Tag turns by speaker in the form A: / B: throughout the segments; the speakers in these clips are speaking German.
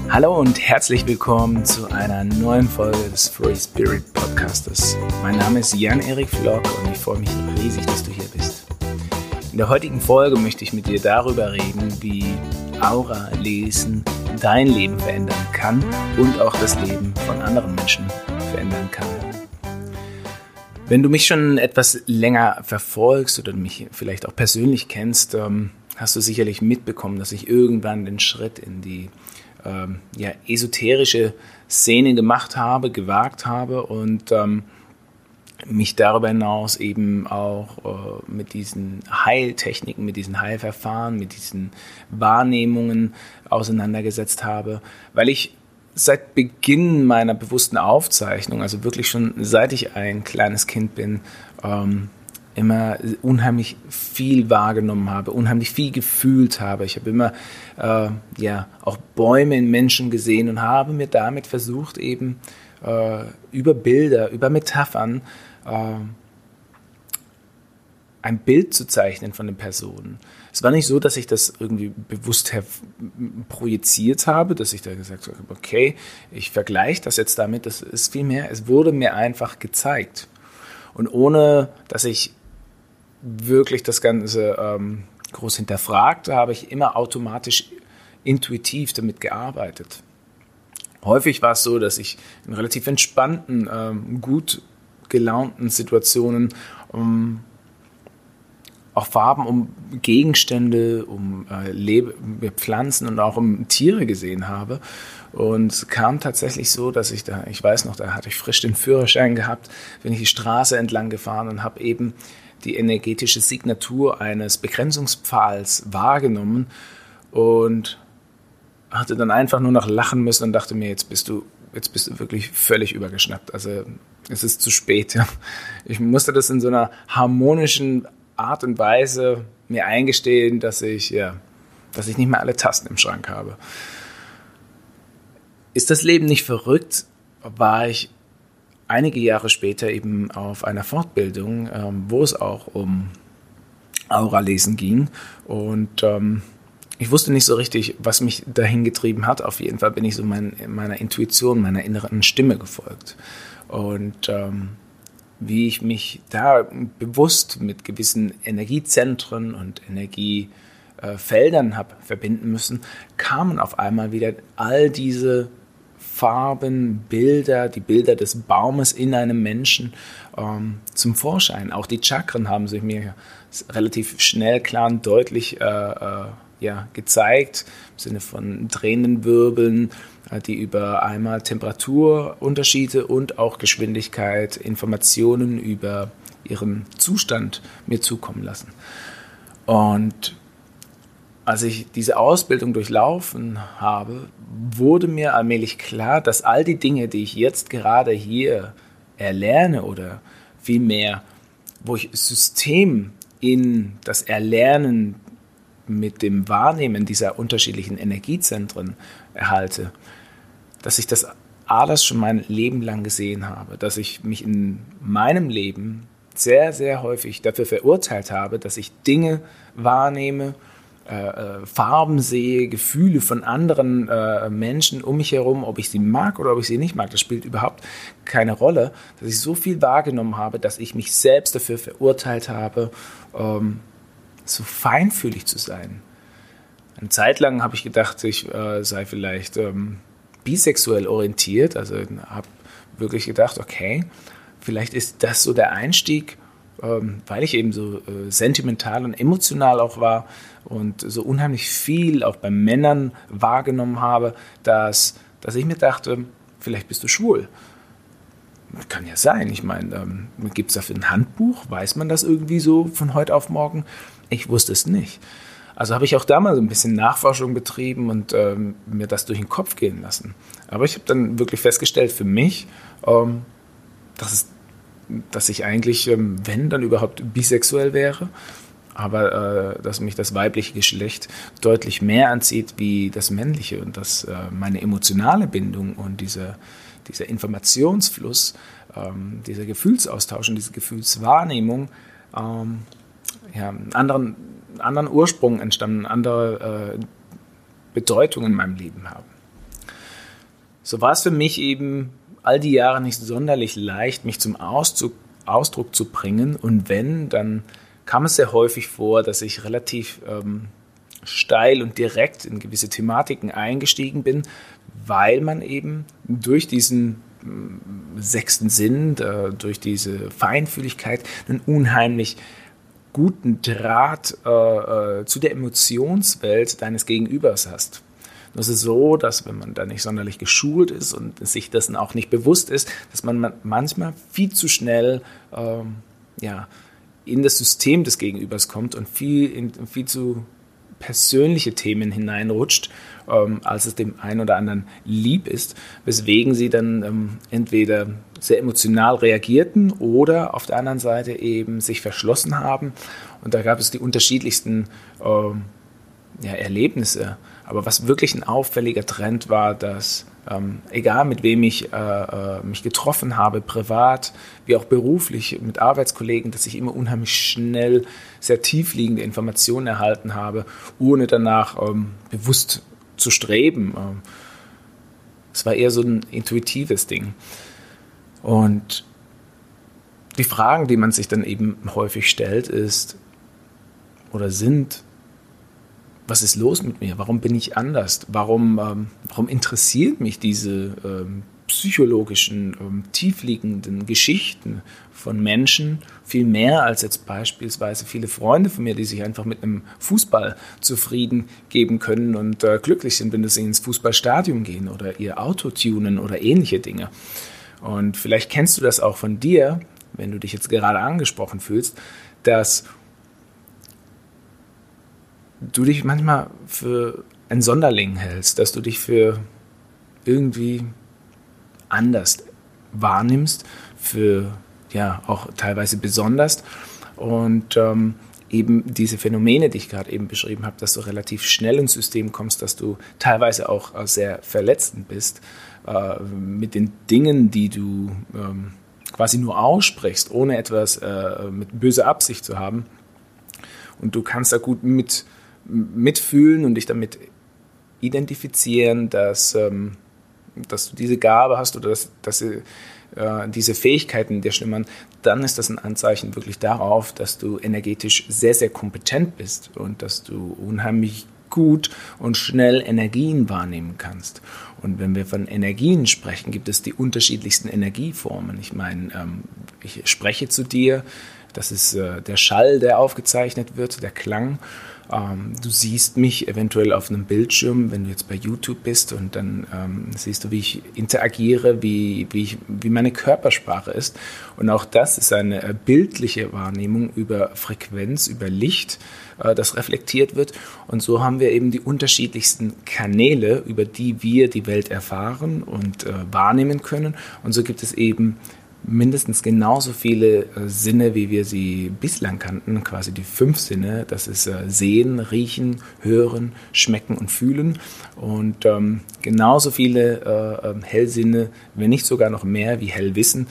A: Hallo und herzlich willkommen zu einer neuen Folge des Free Spirit Podcastes. Mein Name ist Jan-Erik Flock und ich freue mich riesig, dass du hier bist. In der heutigen Folge möchte ich mit dir darüber reden, wie Aura-Lesen dein Leben verändern kann und auch das Leben von anderen Menschen verändern kann. Wenn du mich schon etwas länger verfolgst oder mich vielleicht auch persönlich kennst, hast du sicherlich mitbekommen, dass ich irgendwann den Schritt in die esoterische Szene gewagt habe und mich darüber hinaus eben auch mit diesen Heiltechniken, mit diesen Heilverfahren, mit diesen Wahrnehmungen auseinandergesetzt habe, weil ich seit Beginn meiner bewussten Aufzeichnung, also wirklich schon seit ich ein kleines Kind bin, immer unheimlich viel wahrgenommen habe, unheimlich viel gefühlt habe. Ich habe immer auch Bäume in Menschen gesehen und habe mir damit versucht, eben über Bilder, über Metaphern ein Bild zu zeichnen von den Personen. Es war nicht so, dass ich das irgendwie bewusst projiziert habe, dass ich da gesagt habe, okay, ich vergleiche das jetzt damit. Das ist vielmehr, es wurde mir einfach gezeigt. Und ohne, dass ich wirklich das Ganze groß hinterfragte, habe ich immer automatisch intuitiv damit gearbeitet. Häufig war es so, dass ich in relativ entspannten, gut gelaunten Situationen auch Farben um Gegenstände, um Pflanzen und auch um Tiere gesehen habe. Und es kam tatsächlich so, dass ich weiß noch, da hatte ich frisch den Führerschein gehabt, bin ich die Straße entlang gefahren und habe eben die energetische Signatur eines Begrenzungspfahls wahrgenommen und hatte dann einfach nur noch lachen müssen und dachte mir, jetzt bist du wirklich völlig übergeschnappt. Also es ist zu spät. Ja. Ich musste das in so einer harmonischen Art und Weise mir eingestehen, dass ich nicht mehr alle Tasten im Schrank habe. Ist das Leben nicht verrückt? War ich einige Jahre später eben auf einer Fortbildung, wo es auch um Aura-Lesen ging. Und ich wusste nicht so richtig, was mich dahin getrieben hat. Auf jeden Fall bin ich so meiner Intuition, meiner inneren Stimme gefolgt. Und wie ich mich da bewusst mit gewissen Energiezentren und Energiefeldern habe verbinden müssen, kamen auf einmal wieder all diese Farben, Bilder, die Bilder des Baumes in einem Menschen zum Vorschein. Auch die Chakren haben sich mir relativ schnell, klar und deutlich gezeigt, im Sinne von Tränenwirbeln, die über einmal Temperaturunterschiede und auch Geschwindigkeit, Informationen über ihren Zustand mir zukommen lassen. Und als ich diese Ausbildung durchlaufen habe, wurde mir allmählich klar, dass all die Dinge, die ich jetzt gerade hier erlerne oder vielmehr, wo ich System in das Erlernen mit dem Wahrnehmen dieser unterschiedlichen Energiezentren erhalte, dass ich das alles schon mein Leben lang gesehen habe, dass ich mich in meinem Leben sehr, sehr häufig dafür verurteilt habe, dass ich Dinge wahrnehme, Farben sehe, Gefühle von anderen Menschen um mich herum, ob ich sie mag oder ob ich sie nicht mag, das spielt überhaupt keine Rolle, dass ich so viel wahrgenommen habe, dass ich mich selbst dafür verurteilt habe, so feinfühlig zu sein. Eine Zeit lang habe ich gedacht, ich sei vielleicht bisexuell orientiert, also habe wirklich gedacht, okay, vielleicht ist das so der Einstieg, weil ich eben so sentimental und emotional auch war und so unheimlich viel auch bei Männern wahrgenommen habe, dass ich mir dachte, vielleicht bist du schwul. Kann ja sein, ich meine, gibt es dafür ein Handbuch? Weiß man das irgendwie so von heute auf morgen? Ich wusste es nicht. Also habe ich auch da mal so ein bisschen Nachforschung betrieben und mir das durch den Kopf gehen lassen. Aber ich habe dann wirklich festgestellt für mich, dass ich eigentlich, wenn dann überhaupt bisexuell wäre, aber dass mich das weibliche Geschlecht deutlich mehr anzieht wie das männliche und dass meine emotionale Bindung und dieser Informationsfluss, dieser Gefühlsaustausch und diese Gefühlswahrnehmung einen anderen Ursprung entstammen, andere Bedeutung in meinem Leben haben. so war es für mich eben all die Jahre nicht sonderlich leicht, mich zum Ausdruck zu bringen. Und wenn, dann kam es sehr häufig vor, dass ich relativ steil und direkt in gewisse Thematiken eingestiegen bin, weil man eben durch diesen sechsten Sinn, durch diese Feinfühligkeit einen unheimlich guten Draht zu der Emotionswelt deines Gegenübers hast. Das ist so, dass wenn man da nicht sonderlich geschult ist und sich dessen auch nicht bewusst ist, dass man manchmal viel zu schnell in das System des Gegenübers kommt und viel zu persönliche Themen hineinrutscht, als es dem einen oder anderen lieb ist, weswegen sie dann entweder sehr emotional reagierten oder auf der anderen Seite eben sich verschlossen haben. Und da gab es die unterschiedlichsten Erlebnisse. Aber was wirklich ein auffälliger Trend war, dass egal mit wem ich mich getroffen habe, privat wie auch beruflich mit Arbeitskollegen, dass ich immer unheimlich schnell sehr tiefliegende Informationen erhalten habe, ohne danach bewusst zu streben. Es war eher so ein intuitives Ding. Und die Fragen, die man sich dann eben häufig stellt, sind, was ist los mit mir? Warum bin ich anders? Warum interessiert mich diese psychologischen, tiefliegenden Geschichten von Menschen viel mehr als jetzt beispielsweise viele Freunde von mir, die sich einfach mit einem Fußball zufrieden geben können und glücklich sind, wenn sie ins Fußballstadion gehen oder ihr Auto tunen oder ähnliche Dinge. Und vielleicht kennst du das auch von dir, wenn du dich jetzt gerade angesprochen fühlst, dass du dich manchmal für einen Sonderling hältst, dass du dich für irgendwie anders wahrnimmst, für auch teilweise besonders und eben diese Phänomene, die ich gerade eben beschrieben habe, dass du relativ schnell ins System kommst, dass du teilweise auch sehr verletzend bist mit den Dingen, die du quasi nur aussprichst, ohne etwas mit böser Absicht zu haben. Und du kannst da gut mitfühlen und dich damit identifizieren, dass du diese Gabe hast oder dass diese Fähigkeiten in dir schlummern, dann ist das ein Anzeichen wirklich darauf, dass du energetisch sehr, sehr kompetent bist und dass du unheimlich gut und schnell Energien wahrnehmen kannst. Und wenn wir von Energien sprechen, gibt es die unterschiedlichsten Energieformen. Ich meine, ich spreche zu dir, das ist der Schall, der aufgezeichnet wird, der Klang. Du siehst mich eventuell auf einem Bildschirm, wenn du jetzt bei YouTube bist und dann siehst du, wie ich interagiere, wie meine Körpersprache ist. Und auch das ist eine bildliche Wahrnehmung über Frequenz, über Licht, das reflektiert wird. Und so haben wir eben die unterschiedlichsten Kanäle, über die wir die Welt erfahren und wahrnehmen können. Und so gibt es eben mindestens genauso viele Sinne, wie wir sie bislang kannten, quasi die 5 Sinne. Das ist Sehen, Riechen, Hören, Schmecken und Fühlen. Und genauso viele Hellsinne, wenn nicht sogar noch mehr wie Hellwissen,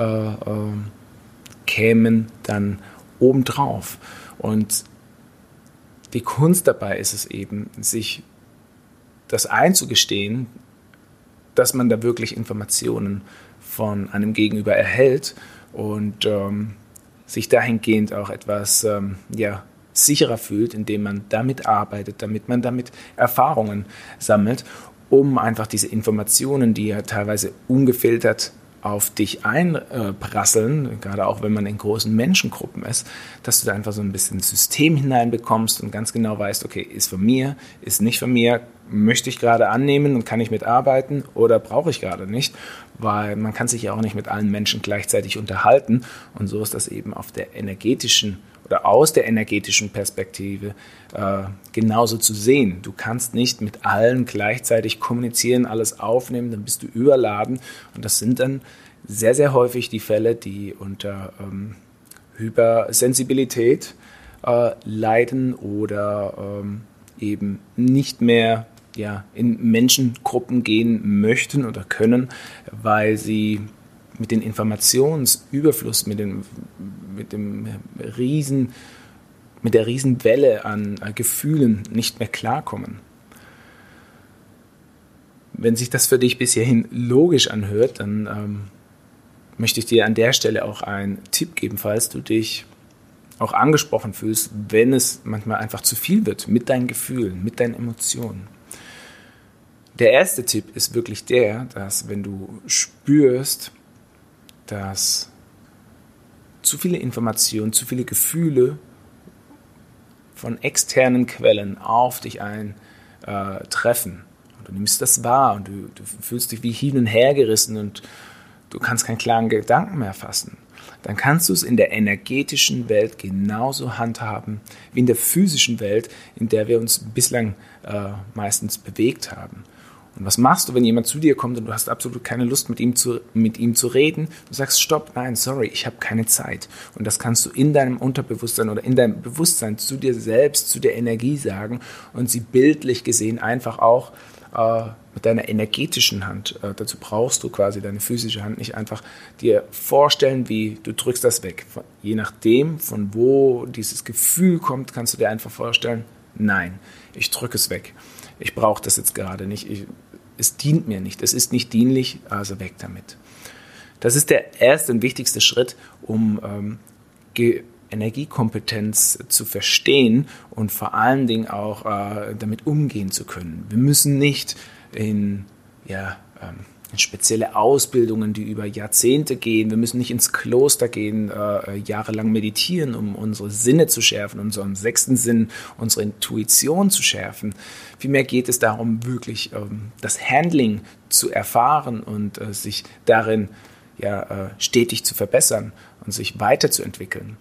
A: kämen dann obendrauf. Und die Kunst dabei ist es eben, sich das einzugestehen, dass man da wirklich Informationen von einem Gegenüber erhält und sich dahingehend auch etwas sicherer fühlt, indem man damit arbeitet, damit man damit Erfahrungen sammelt, um einfach diese Informationen, die ja teilweise ungefiltert auf dich einprasseln, gerade auch wenn man in großen Menschengruppen ist, dass du da einfach so ein bisschen System hineinbekommst und ganz genau weißt, okay, ist von mir, ist nicht von mir, möchte ich gerade annehmen und kann ich mitarbeiten oder brauche ich gerade nicht, weil man kann sich ja auch nicht mit allen Menschen gleichzeitig unterhalten und so ist das eben auf der energetischen oder aus der energetischen Perspektive genauso zu sehen. Du kannst nicht mit allen gleichzeitig kommunizieren, alles aufnehmen, dann bist du überladen und das sind dann sehr, sehr häufig die Fälle, die unter Hypersensibilität leiden oder eben nicht mehr in Menschengruppen gehen möchten oder können, weil sie mit dem Informationsüberfluss, mit der Riesenwelle an Gefühlen nicht mehr klarkommen. wenn sich das für dich bis hierhin logisch anhört, dann möchte ich dir an der Stelle auch einen Tipp geben, falls du dich auch angesprochen fühlst, wenn es manchmal einfach zu viel wird mit deinen Gefühlen, mit deinen Emotionen. Der erste Tipp ist wirklich der, dass wenn du spürst, dass zu viele Informationen, zu viele Gefühle von externen Quellen auf dich eintreffen, und du nimmst das wahr und du fühlst dich wie hin und her gerissen und du kannst keinen klaren Gedanken mehr fassen, dann kannst du es in der energetischen Welt genauso handhaben wie in der physischen Welt, in der wir uns bislang meistens bewegt haben. Und was machst du, wenn jemand zu dir kommt und du hast absolut keine Lust, mit ihm zu reden? Du sagst, stopp, nein, sorry, ich habe keine Zeit. Und das kannst du in deinem Unterbewusstsein oder in deinem Bewusstsein zu dir selbst, zu der Energie sagen und sie bildlich gesehen einfach auch mit deiner energetischen Hand. Dazu brauchst du quasi deine physische Hand nicht, einfach dir vorstellen, wie du drückst das weg. Je nachdem, von wo dieses Gefühl kommt, kannst du dir einfach vorstellen, nein, ich drücke es weg. Ich brauche das jetzt gerade nicht. Es dient mir nicht. Es ist nicht dienlich, also weg damit. Das ist der erste und wichtigste Schritt, um Energiekompetenz zu verstehen und vor allen Dingen auch damit umgehen zu können. Wir müssen nicht in spezielle Ausbildungen, die über Jahrzehnte gehen. Wir müssen nicht ins Kloster gehen, jahrelang meditieren, um unsere Sinne zu schärfen, unseren sechsten Sinn, unsere Intuition zu schärfen. Vielmehr geht es darum, wirklich das Handling zu erfahren und sich darin stetig zu verbessern und sich weiterzuentwickeln.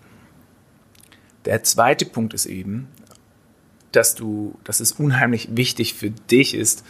A: Der zweite Punkt ist eben, dass es unheimlich wichtig für dich ist,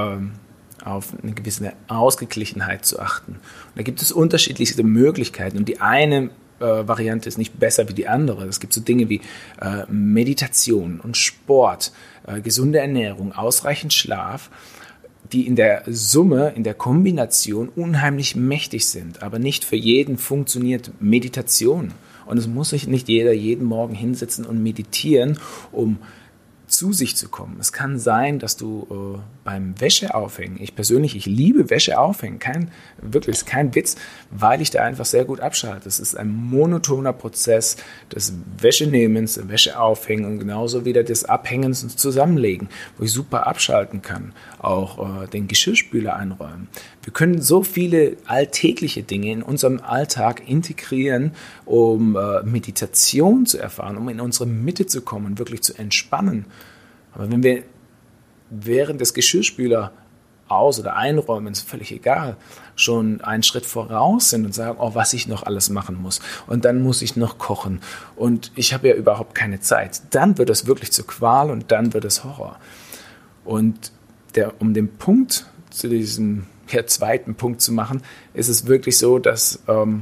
A: auf eine gewisse Ausgeglichenheit zu achten. Und da gibt es unterschiedlichste Möglichkeiten und die eine Variante ist nicht besser wie die andere. Es gibt so Dinge wie Meditation und Sport, gesunde Ernährung, ausreichend Schlaf, die in der Summe, in der Kombination unheimlich mächtig sind. Aber nicht für jeden funktioniert Meditation. Und es muss sich nicht jeder jeden Morgen hinsetzen und meditieren, um zu sich zu kommen. Es kann sein, dass du beim Wäscheaufhängen, ich liebe Wäscheaufhängen, kein Witz, weil ich da einfach sehr gut abschalte. Es ist ein monotoner Prozess des Wäschenehmens, Wäscheaufhängen und genauso wieder des Abhängens und Zusammenlegen, wo ich super abschalten kann, auch den Geschirrspüler einräumen. Wir können so viele alltägliche Dinge in unserem Alltag integrieren, um Meditation zu erfahren, um in unsere Mitte zu kommen und wirklich zu entspannen. Aber wenn wir während des Geschirrspüler aus- oder einräumen, ist völlig egal, schon einen Schritt voraus sind und sagen, was ich noch alles machen muss. Und dann muss ich noch kochen. Und ich habe ja überhaupt keine Zeit. Dann wird es wirklich zur Qual und dann wird es Horror. Und um den Punkt zu diesem zweiten Punkt zu machen, ist es wirklich so, dass du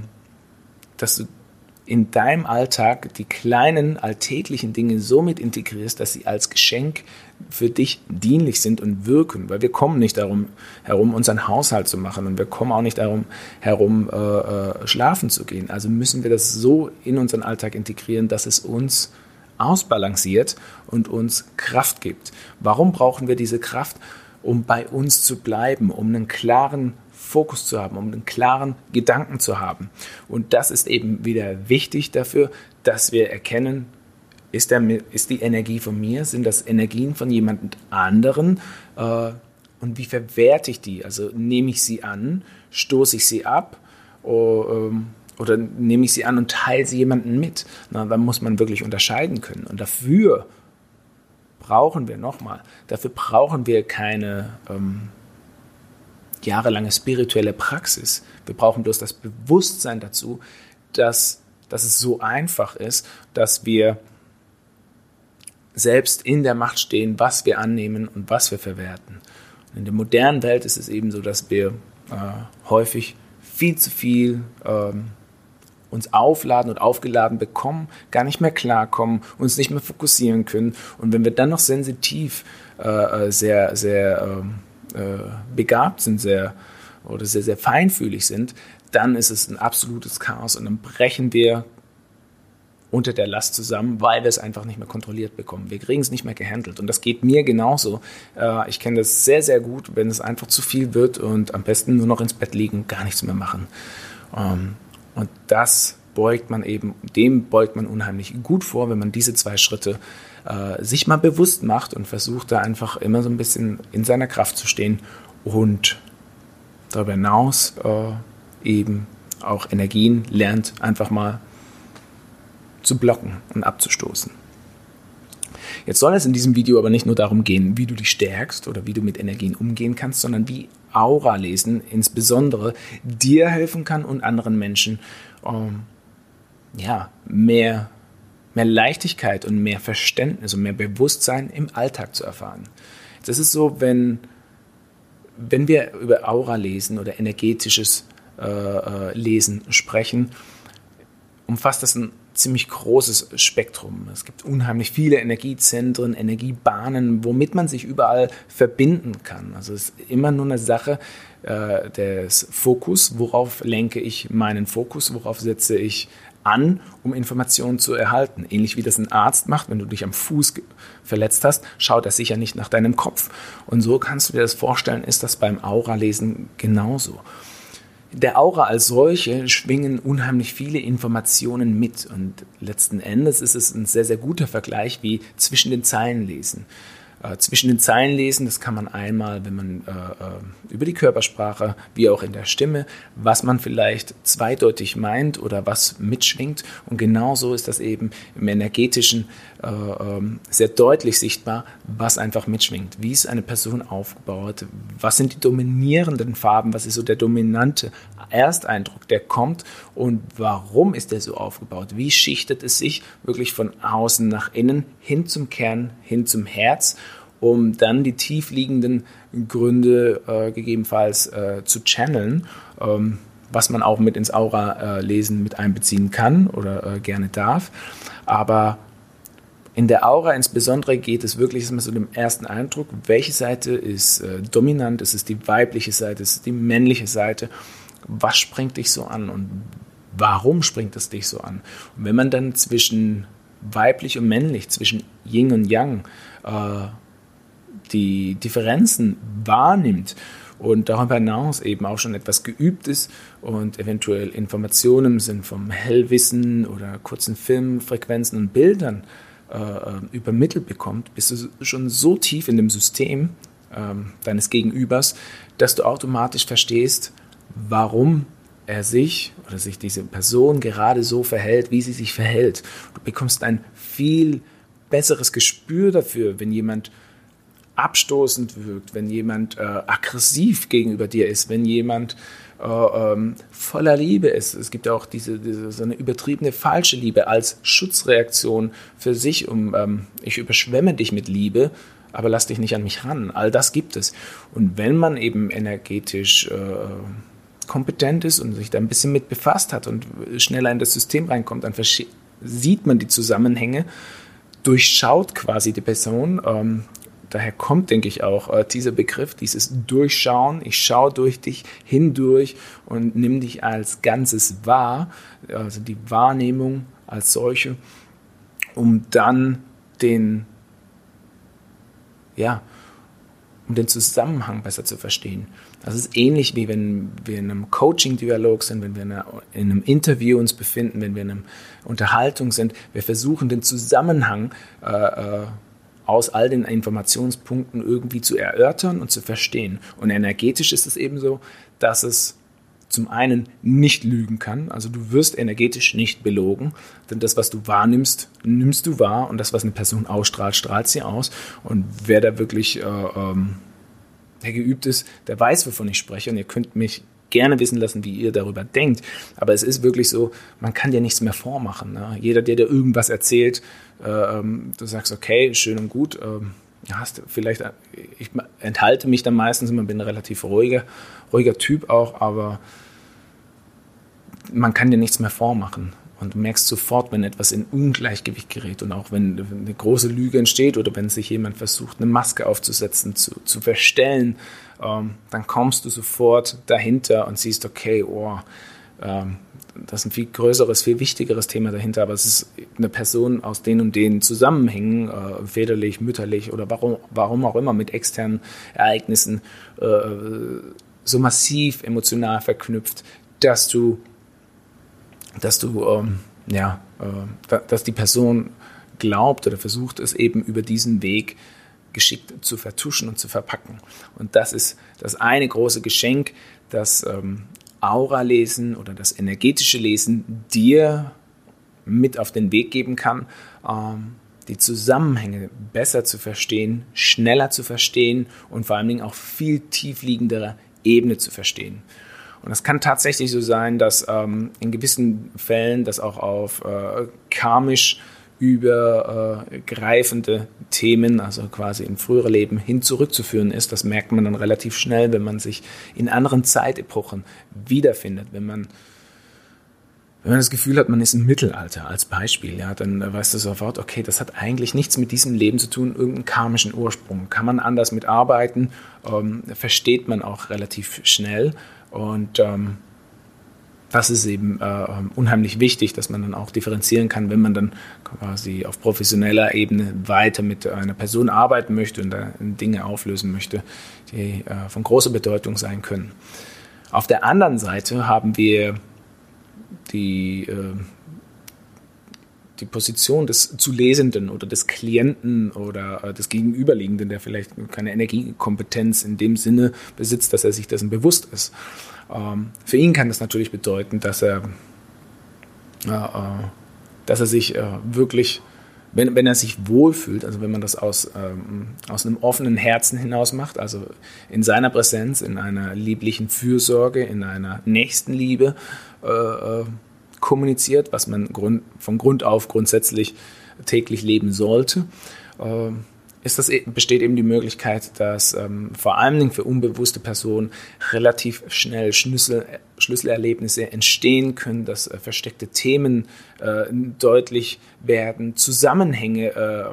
A: in deinem Alltag die kleinen alltäglichen Dinge so mit integrierst, dass sie als Geschenk für dich dienlich sind und wirken. Weil wir kommen nicht darum herum, unseren Haushalt zu machen und wir kommen auch nicht darum herum, schlafen zu gehen. Also müssen wir das so in unseren Alltag integrieren, dass es uns ausbalanciert und uns Kraft gibt. Warum brauchen wir diese Kraft? Um bei uns zu bleiben, um einen klaren Fokus zu haben, um einen klaren Gedanken zu haben. Und das ist eben wieder wichtig dafür, dass wir erkennen, ist die Energie von mir, sind das Energien von jemand anderen und wie verwerte ich die? Also nehme ich sie an, stoße ich sie ab oder nehme ich sie an und teile sie jemandem mit? Da muss man wirklich unterscheiden können. Und dafür brauchen wir keine jahrelange spirituelle Praxis. Wir brauchen bloß das Bewusstsein dazu, dass es so einfach ist, dass wir selbst in der Macht stehen, was wir annehmen und was wir verwerten. Und in der modernen Welt ist es eben so, dass wir häufig viel zu viel uns aufladen und aufgeladen bekommen, gar nicht mehr klarkommen, uns nicht mehr fokussieren können. Und wenn wir dann noch sensitiv sehr, sehr begabt sind, sehr, sehr feinfühlig sind, dann ist es ein absolutes Chaos und dann brechen wir unter der Last zusammen, weil wir es einfach nicht mehr kontrolliert bekommen. Wir kriegen es nicht mehr gehandelt. Und das geht mir genauso. Ich kenne das sehr, sehr gut, wenn es einfach zu viel wird und am besten nur noch ins Bett liegen, gar nichts mehr machen. Und dem beugt man unheimlich gut vor, wenn man diese 2 Schritte sich mal bewusst macht und versucht, da einfach immer so ein bisschen in seiner Kraft zu stehen und darüber hinaus eben auch Energien lernt, einfach mal zu blocken und abzustoßen. Jetzt soll es in diesem Video aber nicht nur darum gehen, wie du dich stärkst oder wie du mit Energien umgehen kannst, sondern wie Aura-Lesen insbesondere dir helfen kann und anderen Menschen mehr Leichtigkeit und mehr Verständnis und mehr Bewusstsein im Alltag zu erfahren. Das ist so, wenn wir über Aura-Lesen oder energetisches Lesen sprechen, umfasst das ein ziemlich großes Spektrum. Es gibt unheimlich viele Energiezentren, Energiebahnen, womit man sich überall verbinden kann. Also es ist immer nur eine Sache des Fokus, worauf lenke ich meinen Fokus, worauf setze ich an, um Informationen zu erhalten. Ähnlich wie das ein Arzt macht, wenn du dich am Fuß verletzt hast, schaut er sicher nicht nach deinem Kopf. Und so kannst du dir das vorstellen, ist das beim Aura-Lesen genauso. Der Aura als solche schwingen unheimlich viele Informationen mit und letzten Endes ist es ein sehr, sehr guter Vergleich wie zwischen den Zeilen lesen. Zwischen den Zeilen lesen, das kann man einmal, wenn man über die Körpersprache, wie auch in der Stimme, was man vielleicht zweideutig meint oder was mitschwingt. Und genauso ist das eben im Energetischen sehr deutlich sichtbar, was einfach mitschwingt. Wie ist eine Person aufgebaut? Was sind die dominierenden Farben? Was ist so der dominante Ersteindruck, der kommt? Und warum ist der so aufgebaut? Wie schichtet es sich wirklich von außen nach innen hin zum Kern, hin zum Herz, um dann die tiefliegenden Gründe gegebenenfalls zu channeln, was man auch mit ins Aura-Lesen mit einbeziehen kann oder gerne darf. Aber in der Aura insbesondere geht es wirklich so um den ersten Eindruck, welche Seite ist dominant, ist es die weibliche Seite, ist es die männliche Seite, was springt dich so an und warum springt es dich so an? Und wenn man dann zwischen weiblich und männlich, zwischen Yin und Yang die Differenzen wahrnimmt und darüber hinaus eben auch schon etwas geübt ist und eventuell Informationen im Sinn vom Hellwissen oder kurzen Filmfrequenzen und Bildern übermittelt bekommt, bist du schon so tief in dem System deines Gegenübers, dass du automatisch verstehst, warum er sich oder sich diese Person gerade so verhält, wie sie sich verhält. Du bekommst ein viel besseres Gespür dafür, wenn jemand abstoßend wirkt, wenn jemand aggressiv gegenüber dir ist, wenn jemand voller Liebe ist. Es gibt auch so eine übertriebene falsche Liebe als Schutzreaktion für sich, ich überschwemme dich mit Liebe, aber lass dich nicht an mich ran. All das gibt es. Und wenn man eben energetisch kompetent ist und sich da ein bisschen mit befasst hat und schneller in das System reinkommt, dann sieht man die Zusammenhänge, durchschaut quasi die Person. Daher kommt, denke ich, auch dieser Begriff, dieses Durchschauen. Ich schaue durch dich hindurch und nimm dich als Ganzes wahr, also die Wahrnehmung als solche, um dann den Zusammenhang besser zu verstehen. Das ist ähnlich wie wenn wir in einem Coaching-Dialog sind, wenn wir in einem Interview uns befinden, wenn wir in einer Unterhaltung sind. Wir versuchen den Zusammenhang aus all den Informationspunkten irgendwie zu erörtern und zu verstehen. Und energetisch ist es eben so, dass es zum einen nicht lügen kann, also du wirst energetisch nicht belogen, denn das, was du wahrnimmst, nimmst du wahr und das, was eine Person ausstrahlt, strahlt sie aus. Und wer da wirklich der geübt ist, der weiß, wovon ich spreche und ihr könnt mich gerne wissen lassen, wie ihr darüber denkt. Aber es ist wirklich so, man kann dir nichts mehr vormachen. Ne? Jeder, der dir irgendwas erzählt, du sagst, okay, schön und gut, ich enthalte mich dann meistens immer, bin ein relativ ruhiger Typ auch, aber man kann dir nichts mehr vormachen. Und du merkst sofort, wenn etwas in Ungleichgewicht gerät und auch wenn eine große Lüge entsteht oder wenn sich jemand versucht, eine Maske aufzusetzen, zu verstellen, dann kommst du sofort dahinter und siehst, okay, das ist ein viel größeres, viel wichtigeres Thema dahinter, aber es ist eine Person aus den und den Zusammenhängen, väterlich, mütterlich oder warum auch immer, mit externen Ereignissen so massiv emotional verknüpft, dass die Person glaubt oder versucht es eben über diesen Weg geschickt zu vertuschen und zu verpacken. Und das ist das eine große Geschenk, das Aura-Lesen oder das energetische Lesen dir mit auf den Weg geben kann, die Zusammenhänge besser zu verstehen, schneller zu verstehen und vor allen Dingen auf viel tiefliegenderer Ebene zu verstehen. Und es kann tatsächlich so sein, dass in gewissen Fällen das auch auf karmisch übergreifende Themen, also quasi in frühere Leben hin zurückzuführen ist. Das merkt man dann relativ schnell, wenn man sich in anderen Zeitepochen wiederfindet. Wenn man das Gefühl hat, man ist im Mittelalter als Beispiel, ja, dann weißt du sofort, okay, das hat eigentlich nichts mit diesem Leben zu tun, irgendeinen karmischen Ursprung. Kann man anders mitarbeiten, versteht man auch relativ schnell. Und das ist eben unheimlich wichtig, dass man dann auch differenzieren kann, wenn man dann quasi auf professioneller Ebene weiter mit einer Person arbeiten möchte und da Dinge auflösen möchte, die von großer Bedeutung sein können. Auf der anderen Seite haben wir die Position des zu Lesenden oder des Klienten oder des Gegenüberliegenden, der vielleicht keine Energiekompetenz in dem Sinne besitzt, dass er sich dessen bewusst ist. Für ihn kann das natürlich bedeuten, dass er sich wirklich, wenn er sich wohlfühlt, also wenn man das aus einem offenen Herzen hinaus macht, also in seiner Präsenz, in einer lieblichen Fürsorge, in einer Nächstenliebe kommuniziert, was man von Grund auf grundsätzlich täglich leben sollte, besteht eben die Möglichkeit, dass vor allem für unbewusste Personen relativ schnell Schlüsselerlebnisse entstehen können, dass versteckte Themen deutlich werden, Zusammenhänge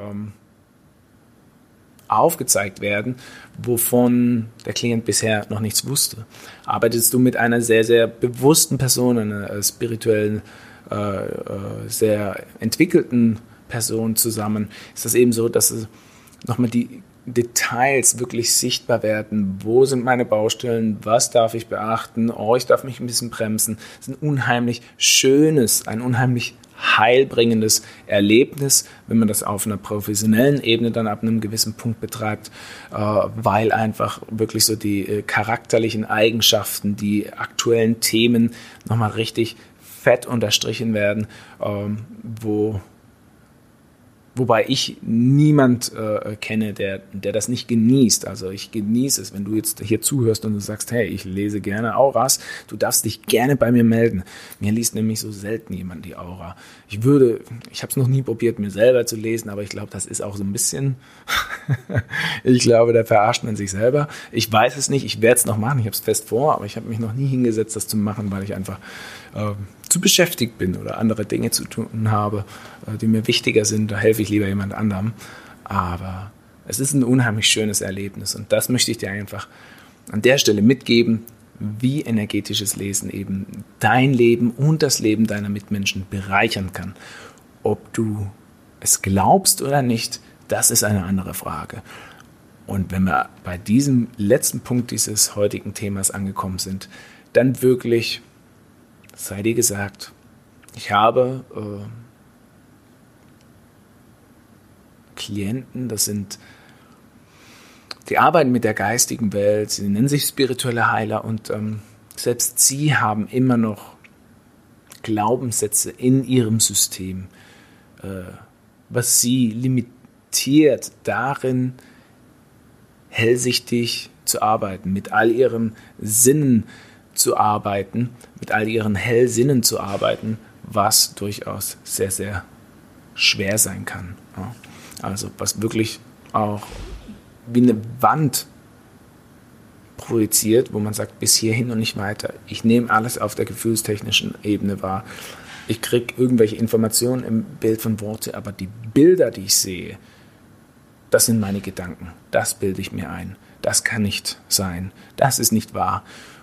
A: aufgezeigt werden, wovon der Klient bisher noch nichts wusste. Arbeitest du mit einer sehr, sehr bewussten Person, einer spirituellen, sehr entwickelten Person zusammen, ist das eben so, dass nochmal die Details wirklich sichtbar werden. Wo sind meine Baustellen? Was darf ich beachten? Ich darf mich ein bisschen bremsen. Das ist ein unheimlich schönes, ein unheimlich heilbringendes Erlebnis, wenn man das auf einer professionellen Ebene dann ab einem gewissen Punkt betreibt, weil einfach wirklich so die charakterlichen Eigenschaften, die aktuellen Themen nochmal richtig fett unterstrichen werden, wobei ich niemand kenne, der das nicht genießt. Also ich genieße es, wenn du jetzt hier zuhörst und du sagst, hey, ich lese gerne Auras, du darfst dich gerne bei mir melden. Mir liest nämlich so selten jemand die Aura. Ich habe es noch nie probiert, mir selber zu lesen, aber ich glaube, das ist auch so ein bisschen, ich glaube, da verarscht man sich selber. Ich weiß es nicht, ich werde es noch machen, ich habe es fest vor, aber ich habe mich noch nie hingesetzt, das zu machen, weil ich einfach zu beschäftigt bin oder andere Dinge zu tun habe, die mir wichtiger sind, da helfe ich lieber jemand anderem. Aber es ist ein unheimlich schönes Erlebnis und das möchte ich dir einfach an der Stelle mitgeben, wie energetisches Lesen eben dein Leben und das Leben deiner Mitmenschen bereichern kann. Ob du es glaubst oder nicht, das ist eine andere Frage. Und wenn wir bei diesem letzten Punkt dieses heutigen Themas angekommen sind, dann wirklich sei dir gesagt, ich habe Klienten, die arbeiten mit der geistigen Welt, sie nennen sich spirituelle Heiler und selbst sie haben immer noch Glaubenssätze in ihrem System, was sie limitiert darin, hellsichtig zu arbeiten, mit all ihren Sinnen zu arbeiten, mit all ihren Hellsinnen zu arbeiten, was durchaus sehr, sehr schwer sein kann. Ja. Also was wirklich auch wie eine Wand projiziert, wo man sagt, bis hierhin und nicht weiter. Ich nehme alles auf der gefühlstechnischen Ebene wahr. Ich kriege irgendwelche Informationen im Bild von Worte, aber die Bilder, die ich sehe, das sind meine Gedanken. Das bilde ich mir ein. Das kann nicht sein. Das ist nicht wahr.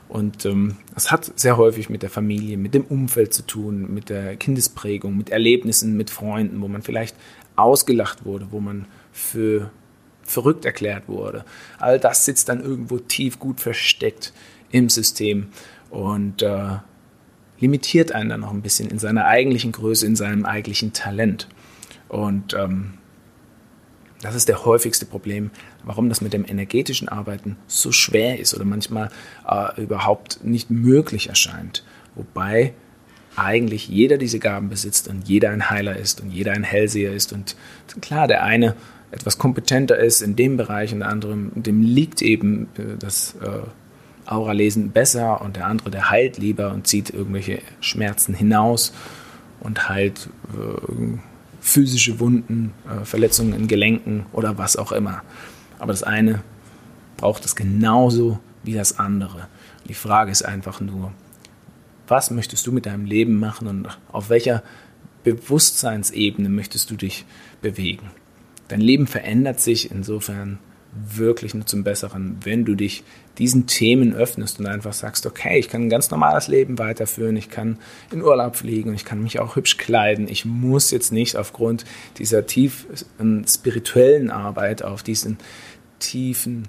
A: Und das hat sehr häufig mit der Familie, mit dem Umfeld zu tun, mit der Kindesprägung, mit Erlebnissen, mit Freunden, wo man vielleicht ausgelacht wurde, wo man für verrückt erklärt wurde. All das sitzt dann irgendwo tief gut versteckt im System und limitiert einen dann noch ein bisschen in seiner eigentlichen Größe, in seinem eigentlichen Talent. Und das ist der häufigste Problem, warum das mit dem energetischen Arbeiten so schwer ist oder manchmal überhaupt nicht möglich erscheint. Wobei eigentlich jeder diese Gaben besitzt und jeder ein Heiler ist und jeder ein Hellseher ist. Und klar, der eine etwas kompetenter ist in dem Bereich und der andere, dem liegt eben das Auralesen besser und der andere, der heilt lieber und zieht irgendwelche Schmerzen hinaus und heilt physische Wunden, Verletzungen in Gelenken oder was auch immer. Aber das eine braucht es genauso wie das andere. Die Frage ist einfach nur, was möchtest du mit deinem Leben machen und auf welcher Bewusstseinsebene möchtest du dich bewegen? Dein Leben verändert sich insofern wirklich nur zum Besseren, wenn du dich diesen Themen öffnest und einfach sagst, okay, ich kann ein ganz normales Leben weiterführen, ich kann in Urlaub fliegen und ich kann mich auch hübsch kleiden. Ich muss jetzt nicht aufgrund dieser tiefen spirituellen Arbeit auf diesen tiefen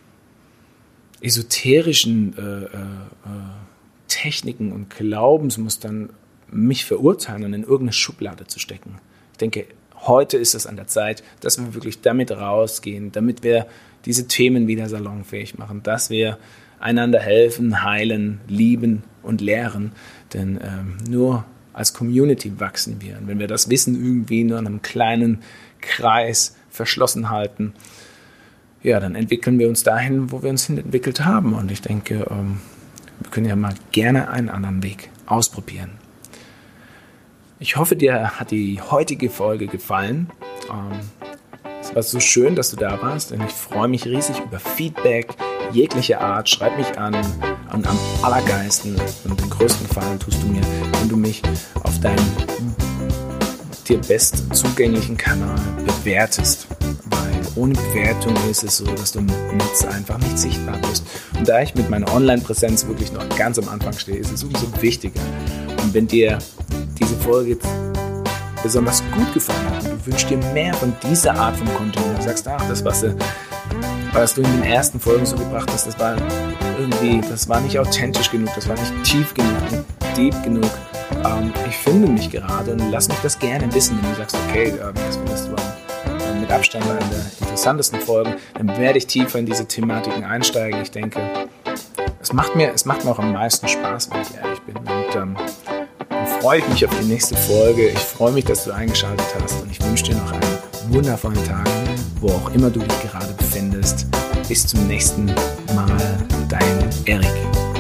A: esoterischen Techniken und Glaubensmustern mich verurteilen und in irgendeine Schublade zu stecken. Ich denke, heute ist es an der Zeit, dass wir wirklich damit rausgehen, damit wir diese Themen wieder salonfähig machen, dass wir einander helfen, heilen, lieben und lehren. Denn nur als Community wachsen wir. Und wenn wir das Wissen irgendwie nur in einem kleinen Kreis verschlossen halten, ja, dann entwickeln wir uns dahin, wo wir uns hin entwickelt haben. Und ich denke, wir können ja mal gerne einen anderen Weg ausprobieren. Ich hoffe, dir hat die heutige Folge gefallen. Es war so schön, dass du da warst und ich freue mich riesig über Feedback jeglicher Art. Schreib mich an und am allergeisten und den größten Gefallen tust du mir, wenn du mich auf deinem dir best zugänglichen Kanal bewertest. Weil ohne Bewertung ist es so, dass du im Netz einfach nicht sichtbar bist. Und da ich mit meiner Online-Präsenz wirklich noch ganz am Anfang stehe, ist es umso wichtiger. Und wenn dir diese Folge jetzt besonders gut gefallen hat und du wünschst dir mehr von dieser Art von Content und du sagst, ach, das, was du in den ersten Folgen so gebracht hast, das war nicht authentisch genug, das war nicht tief genug, nicht deep genug. Ich finde mich gerade und lass mich das gerne wissen, wenn du sagst, okay, das findest du mit Abstand eine der interessantesten Folgen, dann werde ich tiefer in diese Thematiken einsteigen. Ich denke, es macht mir auch am meisten Spaß, wenn ich ehrlich bin. Und dann freue ich mich auf die nächste Folge. Ich freue mich, dass du eingeschaltet hast und ich wünsche dir noch einen wundervollen Tag, wo auch immer du dich gerade befindest. Bis zum nächsten Mal, dein Erik.